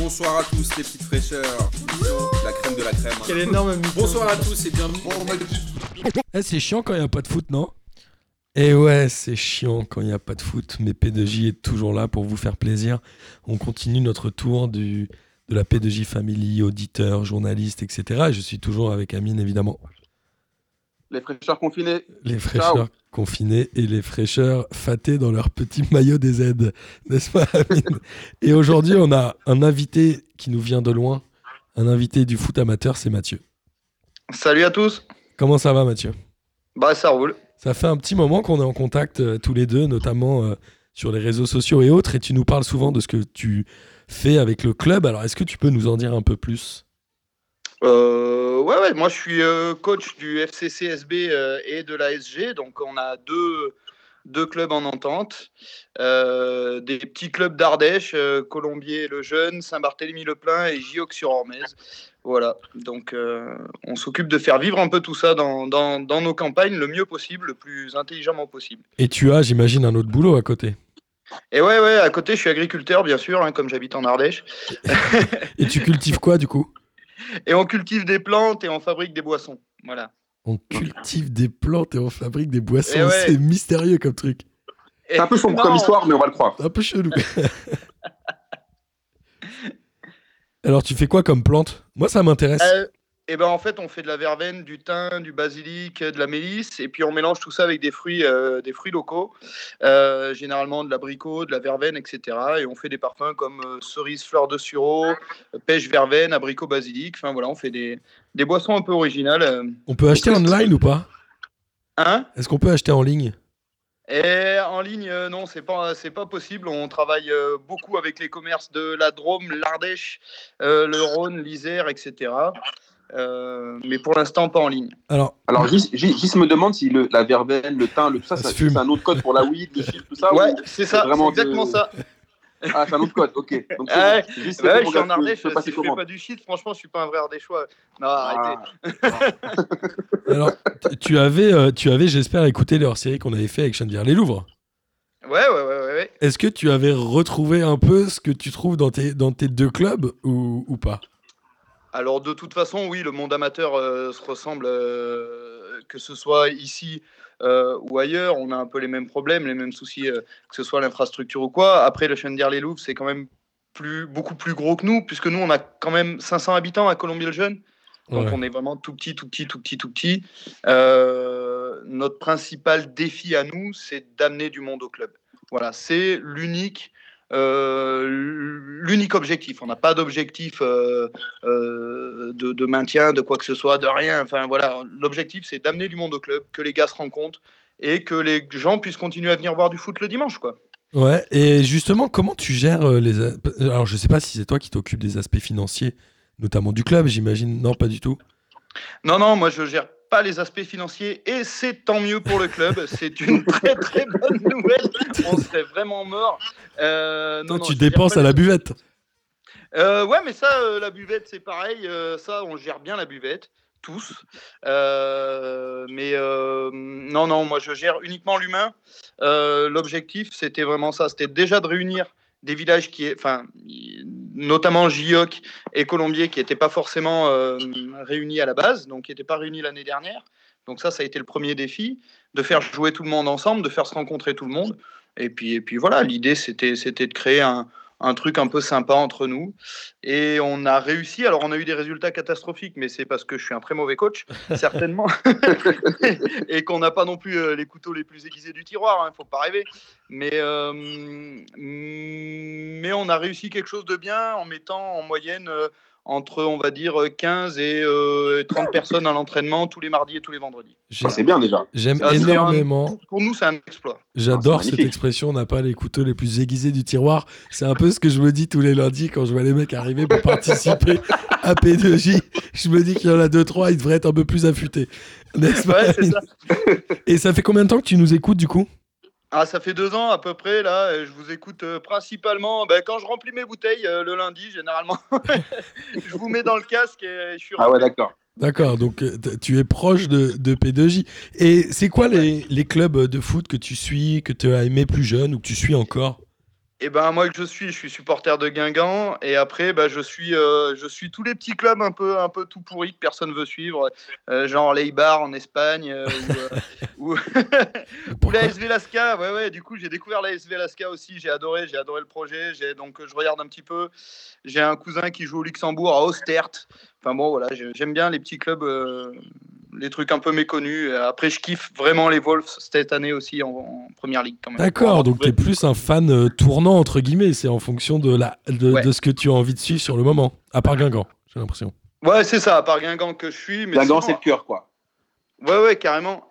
Bonsoir à tous les petites fraîcheurs. La crème de la crème. Quel énorme mytho. Bonsoir à tous et bienvenue. C'est chiant quand il n'y a pas de foot, non ? Et ouais, c'est chiant quand il n'y a pas de foot, mais P2J est toujours là pour vous faire plaisir. On continue notre tour de la P2J Family, auditeurs, journalistes, etc. Et je suis toujours avec Amine, évidemment. Les fraîcheurs confinés. Les fraîcheurs confinés et les fraîcheurs fatés dans leur petit maillot des Z, n'est-ce pas, Amine ? Et aujourd'hui, on a un invité qui nous vient de loin, un invité du foot amateur, c'est Mathieu. Salut à tous. Comment ça va, Mathieu ? Bah ça roule. Ça fait un petit moment qu'on est en contact tous les deux, notamment sur les réseaux sociaux et autres, et tu nous parles souvent de ce que tu fais avec le club. Alors, est-ce que tu peux nous en dire un peu plus ? Ouais, moi je suis coach du FCCSB et de l'ASG, donc on a deux clubs en entente, des petits clubs d'Ardèche, Colombier-le-Jeune, Saint-Barthélemy-le-Plain et Giox-sur-Ormez. Voilà, donc on s'occupe de faire vivre un peu tout ça dans nos campagnes le mieux possible, le plus intelligemment possible. Et tu as, j'imagine, un autre boulot à côté. Et ouais, à côté je suis agriculteur bien sûr, comme j'habite en Ardèche. Et tu cultives quoi du coup ? Et on cultive des plantes et on fabrique des boissons, voilà. On cultive des plantes et on fabrique des boissons, Et ouais. C'est mystérieux comme truc. C'est un peu sombre comme histoire, mais on va le croire. C'est un peu chelou. Alors, tu fais quoi comme plante ? Moi, ça m'intéresse. Et ben en fait, on fait de la verveine, du thym, du basilic, de la mélisse, et puis on mélange tout ça avec des fruits locaux, généralement de l'abricot, de la verveine, etc. Et on fait des parfums comme cerise, fleur de sureau, pêche, verveine, abricot, basilic. Enfin voilà, on fait des boissons un peu originales. On peut acheter online ou pas ? Hein ? Est-ce qu'on peut acheter en ligne ? Et en ligne, non, c'est pas possible. On travaille beaucoup avec les commerces de la Drôme, l'Ardèche, le Rhône, l'Isère, etc. Mais pour l'instant, pas en ligne. Alors Gis me demande si la verveine, le thym, tout ça, se c'est fume. un autre code pour la weed, le shit, tout ça. Ouais, ou c'est ça, c'est exactement ça. Ah, c'est un autre code, ok. Donc, Ouais, Gis, c'est je bon, suis en gars, Ardèche, je peux passer si je fais commande. pas du shit, franchement, je suis pas un vrai Ardéchois. Non, arrêtez. Alors, tu avais, j'espère, écouté leur série qu'on avait fait avec Chennevières-les-Louvres. Ouais. Est-ce que tu avais retrouvé un peu ce que tu trouves dans tes deux clubs ou pas ? Alors, de toute façon, oui, le monde amateur se ressemble, que ce soit ici ou ailleurs. On a un peu les mêmes problèmes, les mêmes soucis, que ce soit l'infrastructure ou quoi. Après, le Chennevières-les-Louvres, c'est quand même beaucoup plus gros que nous, puisque nous, on a quand même 500 habitants à Colombier-le-Jeune. Donc, Ouais. on est vraiment tout petit. Notre principal défi à nous, c'est d'amener du monde au club. Voilà, c'est l'unique objectif. On n'a pas d'objectif de maintien, de quoi que ce soit, de rien. Enfin, voilà, l'objectif, c'est d'amener du monde au club, que les gars se rencontrent et que les gens puissent continuer à venir voir du foot le dimanche, quoi. Ouais, et justement, comment tu gères Alors, je sais pas si c'est toi qui t'occupes des aspects financiers, notamment du club, j'imagine. Non, pas du tout. Non, moi je gère pas les aspects financiers et c'est tant mieux pour le club. C'est une très très bonne nouvelle. On serait vraiment mort. Toi, tu dépenses à la buvette. Ouais, mais ça, la buvette, c'est pareil. Ça, on gère bien la buvette, tous. Non, moi je gère uniquement l'humain. L'objectif, c'était vraiment ça. C'était déjà de réunir des villages notamment Gioc et Colombier, qui n'étaient pas forcément réunis à la base, donc qui n'étaient pas réunis l'année dernière. Donc ça a été le premier défi, de faire jouer tout le monde ensemble, de faire se rencontrer tout le monde. Et puis voilà, l'idée, c'était de créer un truc un peu sympa entre nous. Et on a réussi. Alors, on a eu des résultats catastrophiques, mais c'est parce que je suis un très mauvais coach, certainement. Et qu'on n'a pas non plus les couteaux les plus aiguisés du tiroir, hein, faut pas rêver. Mais on a réussi quelque chose de bien en mettant en moyenne entre, on va dire, 15 et 30 personnes à l'entraînement tous les mardis et tous les vendredis. C'est bien déjà. J'aime Ça, énormément. Pour nous, c'est un exploit. J'adore c'est cette magnifique. expression, on n'a pas les couteaux les plus aiguisés du tiroir. C'est un peu ce que je me dis tous les lundis quand je vois les mecs arriver pour participer à P2J. Je me dis qu'il y en a 2-3, ils devraient être un peu plus affûtés. N'est-ce pas ? Ouais, c'est ça. Et ça fait combien de temps que tu nous écoutes du coup ? Ah, ça fait 2 ans à peu près, là. Et je vous écoute principalement quand je remplis mes bouteilles le lundi, généralement. Je vous mets dans le casque et je suis Ah ouais, d'accord. D'accord, donc tu es proche de P2J. Et c'est quoi les clubs de foot que tu suis, que tu as aimé plus jeune ou que tu suis encore ? Et ben moi que je suis supporter de Guingamp et après je suis tous les petits clubs un peu tout pourris que personne veut suivre, genre l'Eibar en Espagne ou ou la Pourquoi? SV Lasca. Ouais, du coup, j'ai découvert la SV Lasca aussi, j'ai adoré le projet, donc je regarde un petit peu. J'ai un cousin qui joue au Luxembourg à Ostert. Enfin bon voilà, j'aime bien les petits clubs les trucs un peu méconnus. Après, je kiffe vraiment les Wolves cette année aussi en première ligue quand même. D'accord, donc t'es plus un fan tournant entre guillemets, c'est en fonction Ouais. de ce que tu as envie de suivre sur le moment, à part Guingamp, j'ai l'impression. Ouais, c'est ça, à part Guingamp que je suis, mais Guingamp, sinon, c'est le cœur, quoi. ouais, carrément.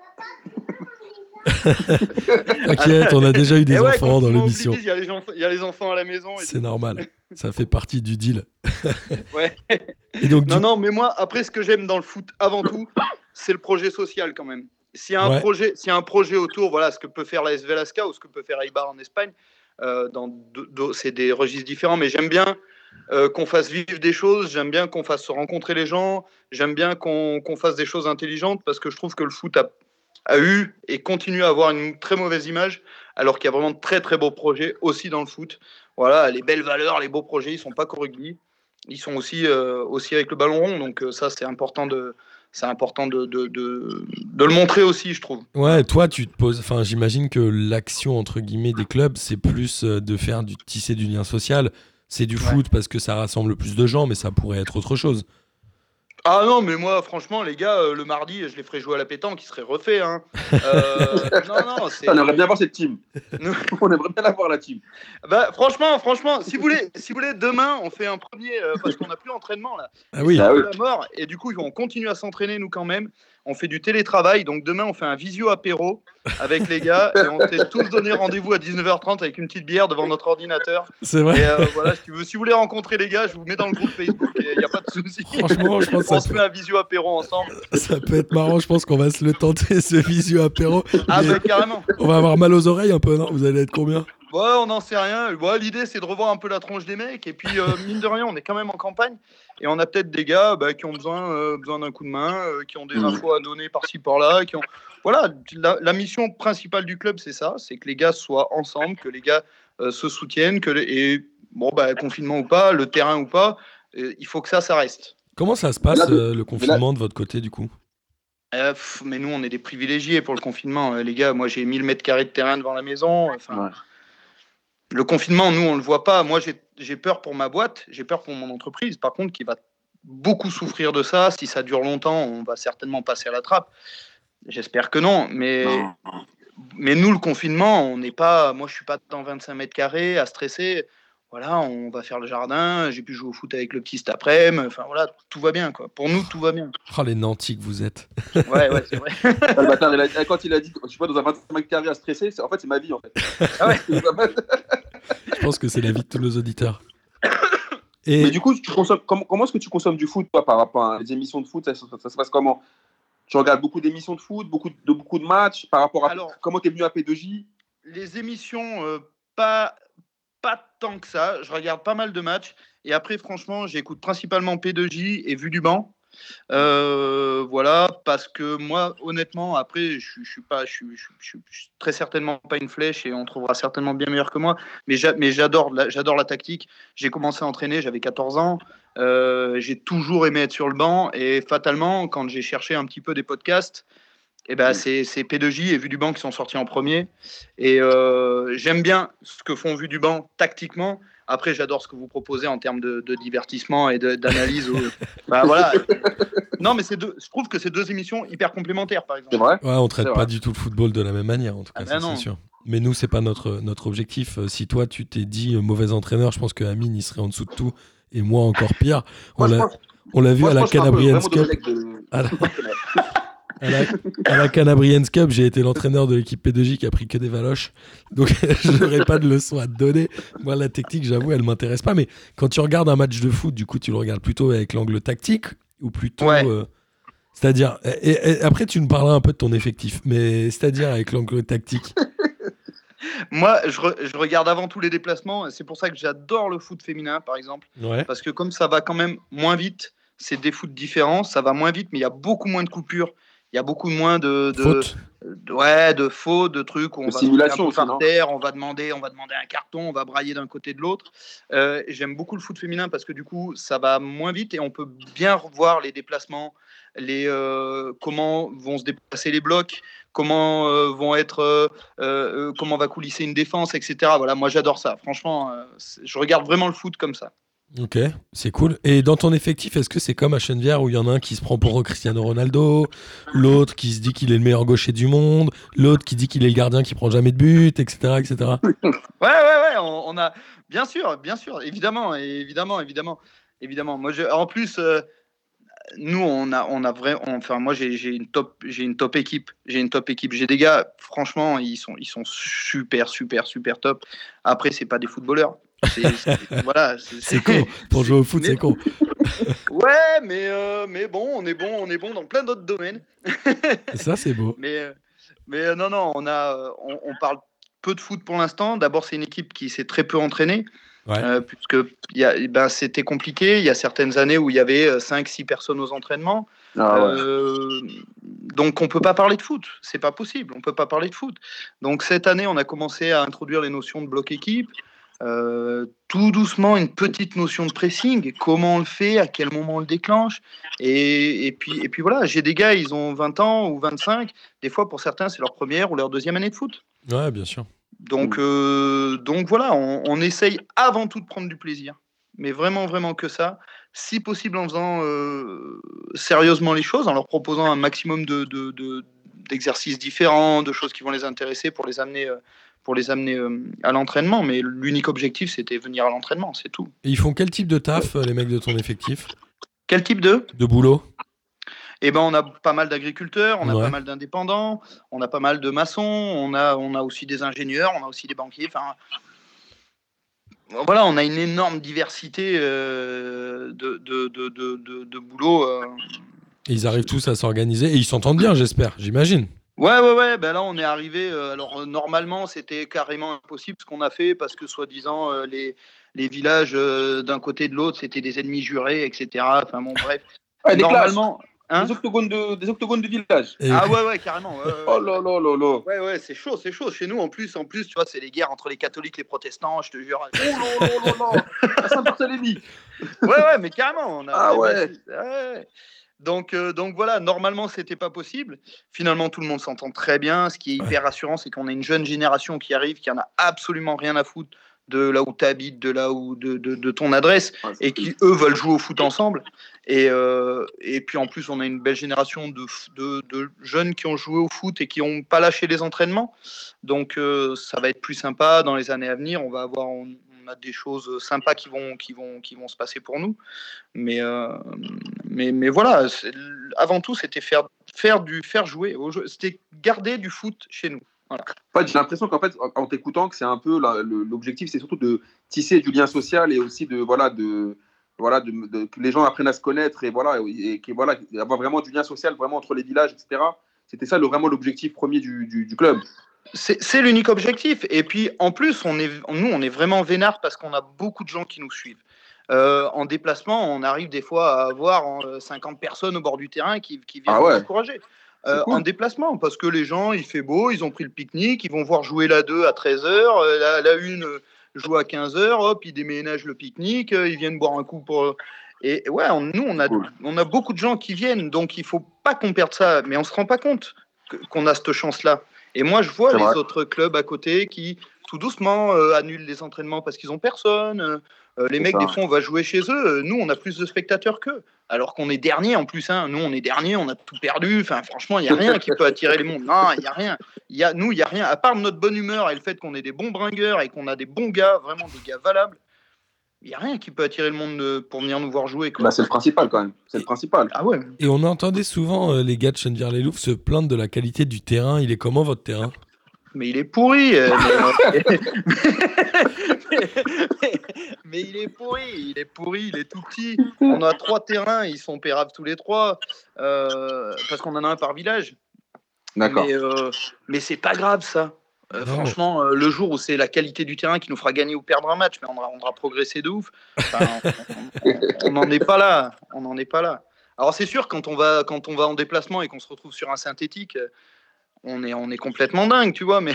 T'inquiète, on a déjà eu des Et ouais, enfants quand dans tu l'émission. m'obliges, il y a les enfants à la maison. Et C'est tout. normal, ça fait partie du deal. Ouais. Et donc Non, mais moi, après, ce que j'aime dans le foot, avant tout, c'est le projet social quand même. S'il y a Ouais. s'il y a un projet autour, voilà, ce que peut faire la SV Lasca ou ce que peut faire Eibar en Espagne, c'est des registres différents, mais j'aime bien qu'on fasse vivre des choses, j'aime bien qu'on fasse rencontrer les gens, j'aime bien qu'on fasse des choses intelligentes parce que je trouve que le foot a eu et continue à avoir une très mauvaise image, alors qu'il y a vraiment de très très beaux projets aussi dans le foot. Voilà, les belles valeurs, les beaux projets, ils sont pas qu'au rugby, ils sont aussi avec le ballon rond, donc ça c'est important de le montrer aussi, je trouve. Ouais, toi, tu te poses. Enfin, j'imagine que l'action entre guillemets des clubs, c'est plus de faire du tisser du lien social. C'est du foot parce que ça rassemble plus de gens, mais ça pourrait être autre chose. Ah non, mais moi, franchement, les gars, le mardi, je les ferai jouer à la pétanque, qui serait refait. Hein. Non, On aimerait bien voir cette team. Nous- On aimerait bien la voir, la team. Bah, franchement, si vous voulez, demain, on fait un premier, parce qu'on n'a plus d'entraînement là. Ah oui. C'est Ah un peu oui. la mort, et du coup, on continue à s'entraîner, nous, quand même. On fait du télétravail, donc demain, on fait un visio-apéro avec les gars, et on s'est tous donné rendez-vous à 19h30 avec une petite bière devant notre ordinateur. C'est vrai. Et voilà, si vous voulez rencontrer les gars, je vous mets dans le groupe Facebook, il n'y a pas de souci. Franchement, je pense que On se fait un visio-apéro ensemble. ça peut être marrant. Je pense qu'on va se le tenter, ce visio apéro. Ah, Mais bah, carrément. on va avoir mal aux oreilles un peu, non? Vous allez être combien? Ouais, on n'en sait rien. Ouais, l'idée, c'est de revoir un peu la tronche des mecs. Et puis, mine de rien, on est quand même en campagne. Et on a peut-être des gars qui ont besoin d'un coup de main, qui ont des infos à donner par-ci, par-là. Voilà, la mission principale du club, c'est ça. C'est que les gars soient ensemble, que les gars se soutiennent. Et bon, confinement ou pas, le terrain ou pas, il faut que ça reste. Comment ça se passe Là, le confinement de votre côté, du coup? Mais nous, on est des privilégiés pour le confinement. Les gars, moi, j'ai 1000 mètres carrés de terrain devant la maison. Enfin. Ouais. Le confinement, nous, on ne le voit pas. Moi, j'ai peur pour ma boîte, j'ai peur pour mon entreprise, par contre, qui va beaucoup souffrir de ça. Si ça dure longtemps, on va certainement passer à la trappe. J'espère que non. Mais nous, le confinement, on n'est pas. Moi, je ne suis pas dans 25 mètres carrés à stresser. Voilà, on va faire le jardin. J'ai pu jouer au foot avec le petit cet après-midi. Enfin, voilà, tout va bien, quoi. Pour nous, tout va bien. Oh, les nantis que vous êtes. Ouais, c'est vrai. Le bâtard, quand il a dit, je suis pas dans un 25 mètres carrés à stresser, en fait, c'est ma vie, en fait. Ah ouais. Je pense que c'est la vie de tous nos auditeurs. Et Mais du coup, comment est-ce que tu consommes du foot, toi, par rapport à les émissions de foot, ça se passe comment? Tu regardes beaucoup d'émissions de foot, beaucoup de matchs, par rapport à Alors, comment tu es venu à P2J? les émissions, pas tant que ça. Je regarde pas mal de matchs. Et après, franchement, j'écoute principalement P2J et Vue du banc. Voilà, parce que moi, honnêtement, après, je suis très certainement pas une flèche et on trouvera certainement bien meilleur que moi. Mais j'adore la tactique. J'ai commencé à entraîner, j'avais 14 ans. J'ai toujours aimé être sur le banc. Et fatalement, quand j'ai cherché un petit peu des podcasts, c'est P2J et Vue du banc qui sont sortis en premier. Et j'aime bien ce que font Vue du banc tactiquement. Après, j'adore ce que vous proposez en termes de divertissement et d'analyse. Voilà. Non, mais je trouve que c'est deux émissions hyper complémentaires, par exemple. C'est vrai? ouais, on traite C'est pas vrai. du tout le football de la même manière, en tout cas, ça, non. c'est sûr. Mais nous, c'est pas notre objectif. Si toi, tu t'es dit mauvais entraîneur, je pense que Amine, il serait en dessous de tout. Et moi, encore pire. Moi, je pense- On l'a vu moi, à je la pense que c'est un peu Calabrians vraiment Cup. Domenech de- À la- À la Calabrians Cup, j'ai été l'entraîneur de l'équipe P2J qui a pris que des valoches. Donc, je n'aurais pas de leçon à te donner. Moi, la technique, j'avoue, elle m'intéresse pas. Mais quand tu regardes un match de foot, du coup, tu le regardes plutôt avec l'angle tactique ou plutôt. Ouais. C'est-à-dire. Et après, tu nous parleras un peu de ton effectif. Mais c'est-à-dire avec l'angle tactique. Moi, je regarde avant tout les déplacements. C'est pour ça que j'adore le foot féminin, par exemple. Ouais. Parce que comme ça va quand même moins vite, c'est des foot différents, ça va moins vite, mais il y a beaucoup moins de coupures. Il y a beaucoup moins de fautes, de trucs où on De va simulation un peu aussi, non? par terre, on va demander un carton, on va brailler d'un côté de l'autre. J'aime beaucoup le foot féminin parce que du coup, ça va moins vite et on peut bien revoir les déplacements, comment vont se déplacer les blocs, comment va coulisser une défense, etc. Voilà, moi j'adore ça. Franchement, je regarde vraiment le foot comme ça. Ok, c'est cool. Et dans ton effectif, est-ce que c'est comme à Chenevière où il y en a un qui se prend pour Cristiano Ronaldo, l'autre qui se dit qu'il est le meilleur gaucher du monde, l'autre qui dit qu'il est le gardien qui prend jamais de but, etc., etc. Ouais, on a bien sûr, évidemment, évidemment. Moi, en plus, nous, moi, j'ai une top équipe. J'ai des gars, franchement, ils sont super, super, super top. Après, c'est pas des footballeurs. Voilà. C'est con. Pour jouer au foot, c'est con. Ouais, mais bon, on est bon dans plein d'autres domaines. Ça, c'est beau. Mais non, on parle peu de foot pour l'instant. D'abord, c'est une équipe qui s'est très peu entraînée. Ouais. Puisque c'était compliqué. Il y a certaines années où il y avait 5-6 personnes aux entraînements. Donc on peut pas parler de foot, c'est pas possible, on peut pas parler de foot. Donc cette année, on a commencé à introduire les notions de bloc équipe, tout doucement une petite notion de pressing, comment on le fait, à quel moment on le déclenche, et puis voilà, j'ai des gars, ils ont 20 ans ou 25, des fois pour certains c'est leur première ou leur deuxième année de foot. Ouais, bien sûr. Donc voilà, on essaye avant tout de prendre du plaisir, mais vraiment, vraiment que ça. Si possible, en faisant sérieusement les choses, en leur proposant un maximum d'exercices différents, de choses qui vont les intéresser pour les amener à l'entraînement. Mais l'unique objectif, c'était venir à l'entraînement, c'est tout. Et ils font quel type de taf, les mecs de ton effectif? Quel type de boulot? Eh ben, on a pas mal d'agriculteurs, on a Ouais. pas mal d'indépendants, on a pas mal de maçons, on a aussi des ingénieurs, on a aussi des banquiers. Enfin, voilà, on a une énorme diversité de boulot. Et ils arrivent tous à s'organiser et ils s'entendent bien, j'espère, j'imagine. Ouais. Ben là, on est arrivé. Alors, normalement, c'était carrément impossible ce qu'on a fait parce que, soi-disant, les villages d'un côté et de l'autre, c'était des ennemis jurés, etc. Enfin, bon, bref. Ouais, des Normalement. Hein, des octogones de village. Et- ah ouais, carrément. Oh là là là là. Ouais, c'est chaud. Chez nous, en plus, tu vois, c'est les guerres entre les catholiques et les protestants, je te jure. Oh là là là là. À Saint-Barthélemy. Ouais, mais carrément. Ah ouais. Ouais. Donc voilà, normalement, c'était pas possible. Finalement, tout le monde s'entend très bien. Ce qui est hyper rassurant, c'est qu'on a une jeune génération qui arrive, qui en a absolument rien à foutre de là où tu habites, de là où de ton adresse, et qui, eux, veulent jouer au foot ensemble. Et puis, en plus, on a une belle génération de jeunes qui ont joué au foot et qui n'ont pas lâché les entraînements. Donc, ça va être plus sympa dans les années à venir. On a des choses sympas qui vont se passer pour nous. Mais voilà, avant tout, c'était faire jouer au jeu. C'était garder du foot chez nous. Voilà. En fait, j'ai l'impression qu'en fait, en t'écoutant, que c'est un peu l'objectif, c'est surtout de tisser du lien social et aussi que les gens apprennent à se connaître et avoir vraiment du lien social vraiment entre les villages, etc. C'était ça vraiment l'objectif premier du club. C'est l'unique objectif. Et puis, en plus, on est vraiment vénard parce qu'on a beaucoup de gens qui nous suivent. En déplacement, on arrive des fois à avoir 50 personnes au bord du terrain qui viennent nous encourager. Cool. En déplacement, parce que les gens, il fait beau, ils ont pris le pique-nique, ils vont voir jouer la 2 à 13h, la 1 joue à 15h, hop, ils déménagent le pique-nique, ils viennent boire un coup pour... Et ouais, on a beaucoup de gens qui viennent, donc il ne faut pas qu'on perde ça, mais on ne se rend pas compte qu'on a cette chance-là. Et moi, je vois les autres clubs à côté qui, tout doucement, annulent les entraînements parce qu'ils n'ont personne. Les mecs, des fois, on va jouer chez eux. Nous, on a plus de spectateurs qu'eux. Alors qu'on est dernier en plus. Nous, on est dernier, on a tout perdu. Enfin, franchement, il n'y a rien qui peut attirer les mondes. Non, il n'y a rien. Nous, il n'y a rien. À part notre bonne humeur et le fait qu'on est des bons bringueurs et qu'on a des bons gars, vraiment des gars valables, il n'y a rien qui peut attirer le monde pour venir nous voir jouer. Quoi. C'est le principal quand même. C'est le principal. Ah ouais. Et on entendait souvent les gars de Chenevière-les-Loups se plaindre de la qualité du terrain. Il est comment votre terrain? Mais il est pourri. Mais il est pourri, il est tout petit. On a 3 terrains, ils sont pérables tous les 3, parce qu'on en a un par village. D'accord. Mais c'est pas grave ça. Franchement, le jour où c'est la qualité du terrain qui nous fera gagner ou perdre un match, mais on aura progressé de ouf. Enfin, on n'en est pas là. Alors c'est sûr, quand on va en déplacement et qu'on se retrouve sur un synthétique, on est complètement dingue, tu vois. Mais,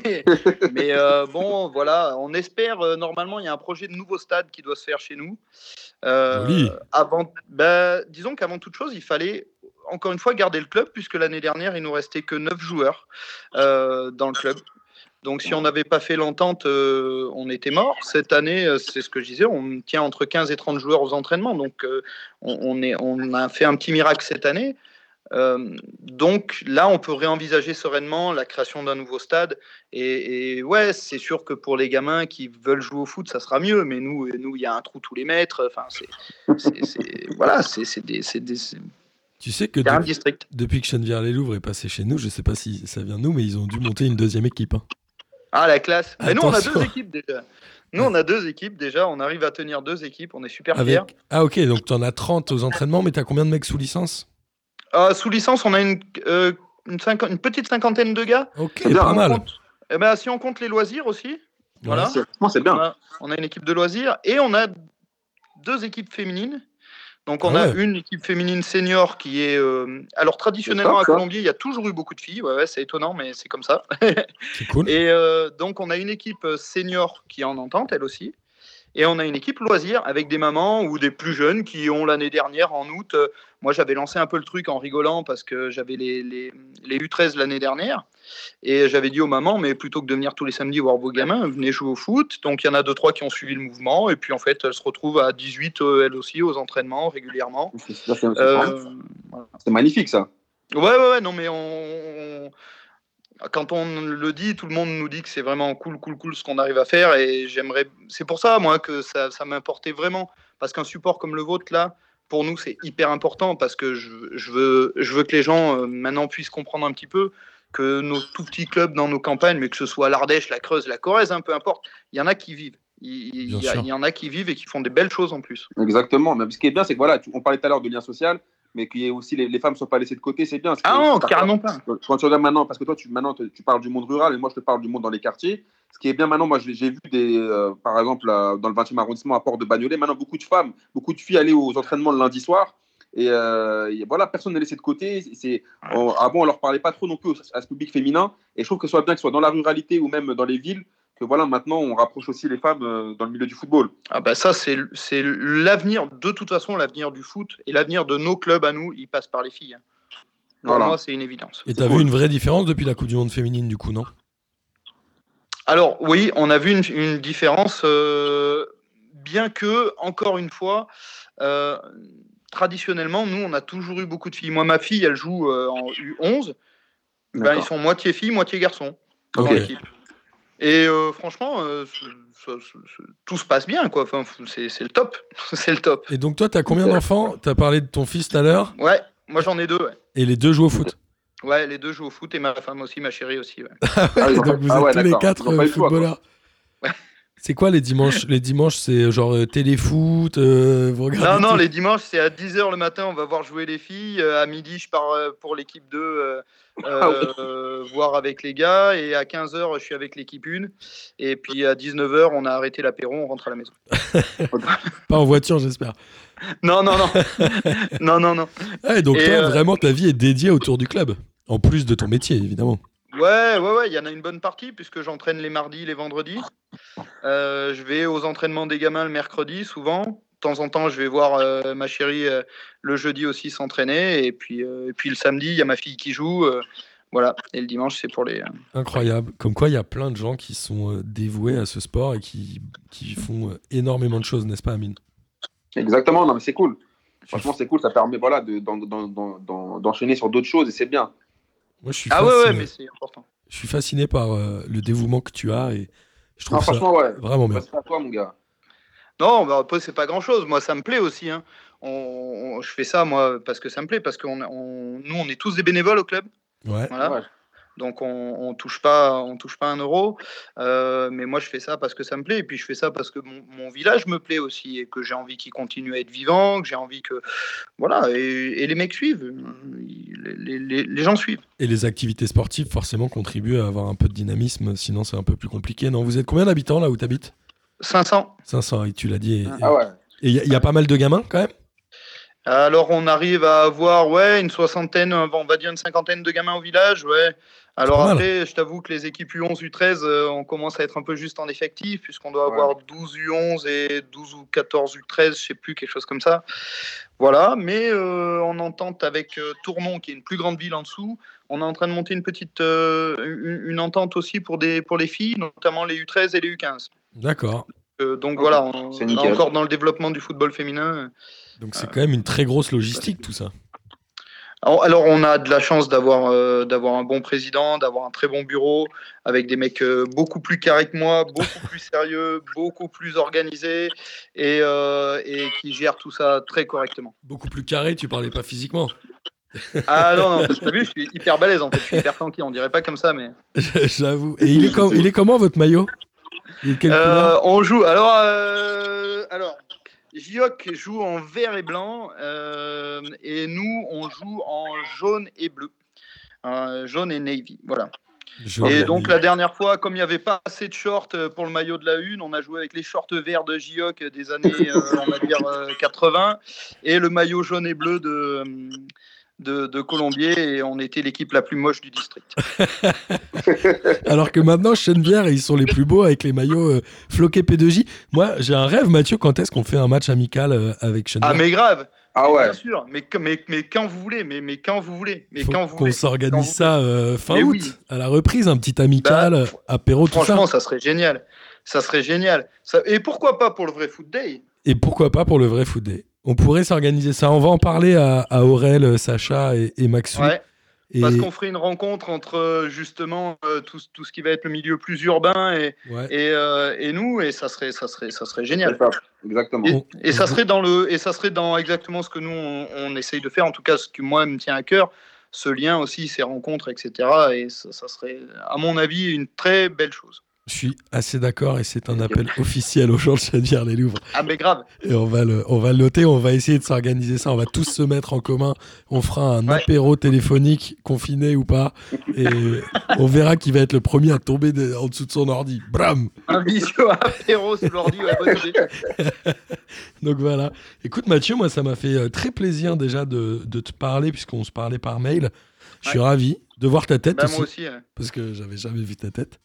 bon, voilà, on espère. Normalement, il y a un projet de nouveau stade qui doit se faire chez nous. Joli. Disons qu'avant toute chose, il fallait encore une fois garder le club, puisque l'année dernière, il nous restait que 9 joueurs dans le club. Donc, si on n'avait pas fait l'entente, on était mort. Cette année, c'est ce que je disais, on tient entre 15 et 30 joueurs aux entraînements. Donc, on a fait un petit miracle cette année. Donc là, on peut réenvisager sereinement la création d'un nouveau stade. Et ouais, c'est sûr que pour les gamins qui veulent jouer au foot, ça sera mieux. Mais nous, il y a un trou tous les mètres. Enfin, Tu sais que un district. depuis que Chenevière-les-Louvres est passé chez nous, je sais pas si ça vient de nous, mais ils ont dû monter une deuxième équipe. Hein. Ah, la classe. Mais nous, on a Attention. 2 équipes déjà. Nous, on a 2 équipes déjà. On arrive à tenir 2 équipes. On est super fiers. Ah ok, donc tu en as 30 aux entraînements, mais tu as combien de mecs sous licence? Sous licence, on a une petite cinquantaine de gars. Ok, C'est bien, pas mal. Si on compte les loisirs aussi, voilà. C'est bien. On a une équipe de loisirs et on a 2 équipes féminines. Donc, on Ah a ouais. une équipe féminine senior qui est... alors, traditionnellement, à ça. Colombier, il y a toujours eu beaucoup de filles. Ouais, c'est étonnant, mais c'est comme ça. C'est cool. Et donc, on a une équipe senior qui est en entente, elle aussi. Et on a une équipe loisirs avec des mamans ou des plus jeunes qui ont l'année dernière, en août, moi j'avais lancé un peu le truc en rigolant parce que j'avais les U13 l'année dernière. Et j'avais dit aux mamans, mais plutôt que de venir tous les samedis voir vos gamins, venez jouer au foot. Donc il y en a 2-3 qui ont suivi le mouvement. Et puis en fait, elles se retrouvent à 18, elles aussi, aux entraînements régulièrement. C'est magnifique ça. Ouais, non mais quand on le dit, tout le monde nous dit que c'est vraiment cool ce qu'on arrive à faire. Et c'est pour ça, moi, que ça m'importait vraiment. Parce qu'un support comme le vôtre, là, pour nous, c'est hyper important. Parce que je veux que les gens, maintenant, puissent comprendre un petit peu que nos tout petits clubs dans nos campagnes, mais que ce soit l'Ardèche, la Creuse, la Corrèze, peu importe, il y en a qui vivent. Il y en a qui vivent et qui font des belles choses en plus. Exactement. Mais ce qui est bien, c'est que voilà, on parlait tout à l'heure de lien social, mais qu'il y ait aussi les femmes ne soient pas laissées de côté, c'est bien. Non, carrément pas. Quand tu regardes maintenant, parce que toi, tu parles du monde rural et moi, je te parle du monde dans les quartiers. Ce qui est bien maintenant, moi, j'ai vu par exemple, dans le 20e arrondissement à Port de Bagnolet, maintenant, beaucoup de femmes, beaucoup de filles aller aux entraînements le lundi soir. Et voilà, personne n'est laissé de côté. Avant, on leur parlait pas trop non plus à ce public féminin. Et je trouve que ce soit bien que ce soit dans la ruralité ou même dans les villes, que voilà, maintenant, on rapproche aussi les femmes dans le milieu du football. Ah bah ça, c'est l'avenir. De toute façon, l'avenir du foot et l'avenir de nos clubs à nous, il passe par les filles. Pour moi, c'est une évidence. Et tu as vu une vraie différence depuis la Coupe du Monde féminine, du coup, non? Alors, oui, on a vu une différence, bien que, encore une fois, traditionnellement, nous, on a toujours eu beaucoup de filles. Moi, ma fille, elle joue en U11. Ils sont moitié filles, moitié garçons dans l'équipe. Et franchement, tout se passe bien, quoi. Enfin, c'est le top. C'est le top. Et donc, toi, tu as combien d'enfants? Tu as parlé de ton fils tout à l'heure. Ouais, moi j'en ai 2. Ouais. Et les 2 jouent au foot? Ouais, les 2 jouent au foot et ma femme aussi, ma chérie aussi. Ouais. Donc, vous êtes tous les 4 footballeurs. Ouais. C'est quoi les dimanches? Les dimanches, c'est genre téléfoot vous regardez Non, les dimanches, c'est à 10h le matin, on va voir jouer les filles. À midi, je pars pour l'équipe 2 voir avec les gars. Et à 15h, je suis avec l'équipe 1. Et puis à 19h, on a arrêté l'apéro, on rentre à la maison. Pas en voiture, j'espère. Non. non. Ouais, donc toi, vraiment, ta vie est dédiée autour du club. En plus de ton métier, évidemment. Ouais, il y en a une bonne partie puisque j'entraîne les mardis, les vendredis. Je vais aux entraînements des gamins le mercredi, souvent. De temps en temps, je vais voir ma chérie le jeudi aussi s'entraîner. Et puis le samedi, il y a ma fille qui joue. Voilà. Et le dimanche, c'est pour les... Incroyable. Comme quoi, il y a plein de gens qui sont dévoués à ce sport et qui font énormément de choses, n'est-ce pas, Amine? Exactement, non, mais c'est cool. Franchement, c'est cool. Ça permet d'enchaîner sur d'autres choses et c'est bien. Moi, je suis ouais, mais c'est important. Je suis fasciné par le dévouement que tu as et je trouve ça ouais. vraiment bien. C'est pas toi, mon gars. Non, bah après, c'est pas grand-chose. Moi, ça me plaît aussi. Hein. Je fais ça, moi, parce que ça me plaît, parce que nous, on est tous des bénévoles au club. Ouais. Voilà. Ouais. Donc, on touche pas un euro. Mais moi, je fais ça parce que ça me plaît. Et puis, je fais ça parce que mon village me plaît aussi et que j'ai envie qu'il continue à être vivant, que j'ai envie que... Voilà. Et les mecs suivent. Les gens suivent. Et les activités sportives, forcément, contribuent à avoir un peu de dynamisme. Sinon, c'est un peu plus compliqué. Non, vous êtes combien d'habitants, là où tu habites? 500. 500, et tu l'as dit. Ah ouais. Et il y a pas mal de gamins, quand même? Alors, on arrive à avoir une soixantaine, on va dire une cinquantaine de gamins au village, ouais. Alors pas mal. après, je t'avoue que les équipes U11, U13, on commence à être un peu juste en effectif, puisqu'on doit Ouais. avoir 12 U11 et 12 ou 14 U13, je sais plus, quelque chose comme ça. Voilà, mais en entente avec Tournon, qui est une plus grande ville en dessous, on est en train de monter une petite une entente aussi pour les filles, notamment les U13 et les U15. D'accord. Donc Ok, voilà, on c'est est nickel. encore dans le développement du football féminin. Donc c'est quand même une très grosse logistique tout ça. Alors, on a de la chance d'avoir un bon président, d'avoir un très bon bureau, avec des mecs beaucoup plus carrés que moi, beaucoup plus sérieux, beaucoup plus organisés et qui gèrent tout ça très correctement. Beaucoup plus carré, tu parlais pas physiquement. Ah non, t'as vu, je suis hyper balèze en fait, je suis hyper tanky, on dirait pas comme ça, mais. J'avoue. Et il est comment votre maillot? Il est de quelle couleur? On joue. Alors, Gioc joue en vert et blanc et nous, on joue en jaune et bleu. Jaune et navy, voilà. Et donc la dernière fois, comme il n'y avait pas assez de shorts pour le maillot de la une, on a joué avec les shorts verts de Gioc des années, on va dire, 80 et le maillot jaune et bleu de Colombier et on était l'équipe la plus moche du district. Alors que maintenant, Chenevière, ils sont les plus beaux avec les maillots floqués P2J. Moi, j'ai un rêve, Mathieu, quand est-ce qu'on fait un match amical avec Chenevière? Ah mais grave. Ah ouais. Bien sûr, mais quand vous voulez, mais quand vous voulez, mais Faut quand vous qu'on voulez. s'organise ça fin Mais août, oui. à la reprise, un petit amical, apéro, tout ça. Franchement, ça serait génial. Ça serait génial. Et pourquoi pas pour le vrai Foot Day? Et pourquoi pas pour le vrai Foot Day? On pourrait s'organiser ça. On va en parler à Aurel, Sacha et Maxou. Ouais. Et... Parce qu'on ferait une rencontre entre justement tout ce qui va être le milieu plus urbain et nous, et ça serait génial. C'est ça, exactement. Et ça serait dans exactement ce que nous on essaye de faire, en tout cas ce que moi me tient à cœur, ce lien aussi, ces rencontres, etc. Et ça serait, à mon avis, une très belle chose. Je suis assez d'accord et c'est un appel officiel aux gens de Chenevière-les-Louvres. Ah mais grave. Et on va le noter, on va essayer de s'organiser ça, on va tous se mettre en commun, on fera un apéro téléphonique, confiné ou pas, et on verra qui va être le premier à tomber en dessous de son ordi. Bram! Un visio apéro sur l'ordi, ouais, bonne idée. Donc voilà. Écoute Mathieu, moi ça m'a fait très plaisir déjà de te parler puisqu'on se parlait par mail. Je suis ravi de voir ta tête aussi, moi aussi. parce que j'avais jamais vu ta tête.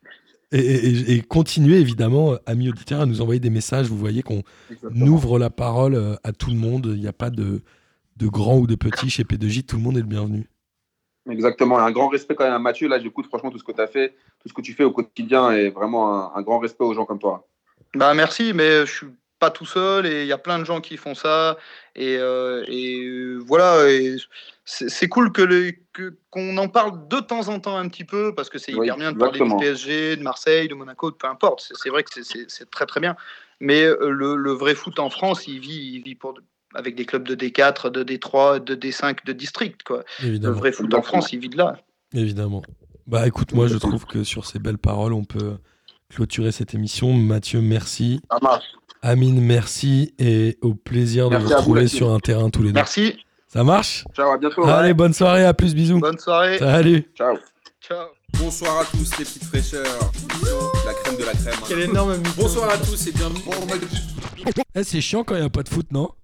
Et continuez évidemment, amis auditeurs, à nous envoyer des messages. Vous voyez qu'on ouvre la parole à tout le monde. Il n'y a pas de grand ou de petit chez P2J. Tout le monde est le bienvenu. Exactement. Et un grand respect quand même à Mathieu. Là, j'écoute franchement tout ce que tu as fait, tout ce que tu fais au quotidien et vraiment un grand respect aux gens comme toi. Bah merci, mais je suis pas tout seul et il y a plein de gens qui font ça et voilà. Et c'est cool qu'on en parle de temps en temps un petit peu parce que c'est hyper bien de parler du PSG, de Marseille, de Monaco, peu importe. C'est vrai que c'est très très bien. Mais le vrai foot en France, il vit avec des clubs de D4, de D3, de D5, de district, quoi. Évidemment. Le vrai foot en France, il vit de là. Évidemment. Bah écoute, moi je trouve que sur ces belles paroles, on peut clôturer cette émission. Mathieu, merci. Ça marche. Amine, merci. Et au plaisir de vous retrouver sur un terrain tous les deux. Merci. Ça marche? Ciao, à bientôt. Allez, bonne soirée, à plus, bisous. Bonne soirée. Salut. Ciao. Ciao. Bonsoir à tous les petites fraîcheurs. La crème de la crème. Quel énorme Bonsoir à tous et bienvenue. C'est chiant quand il n'y a pas de foot, non?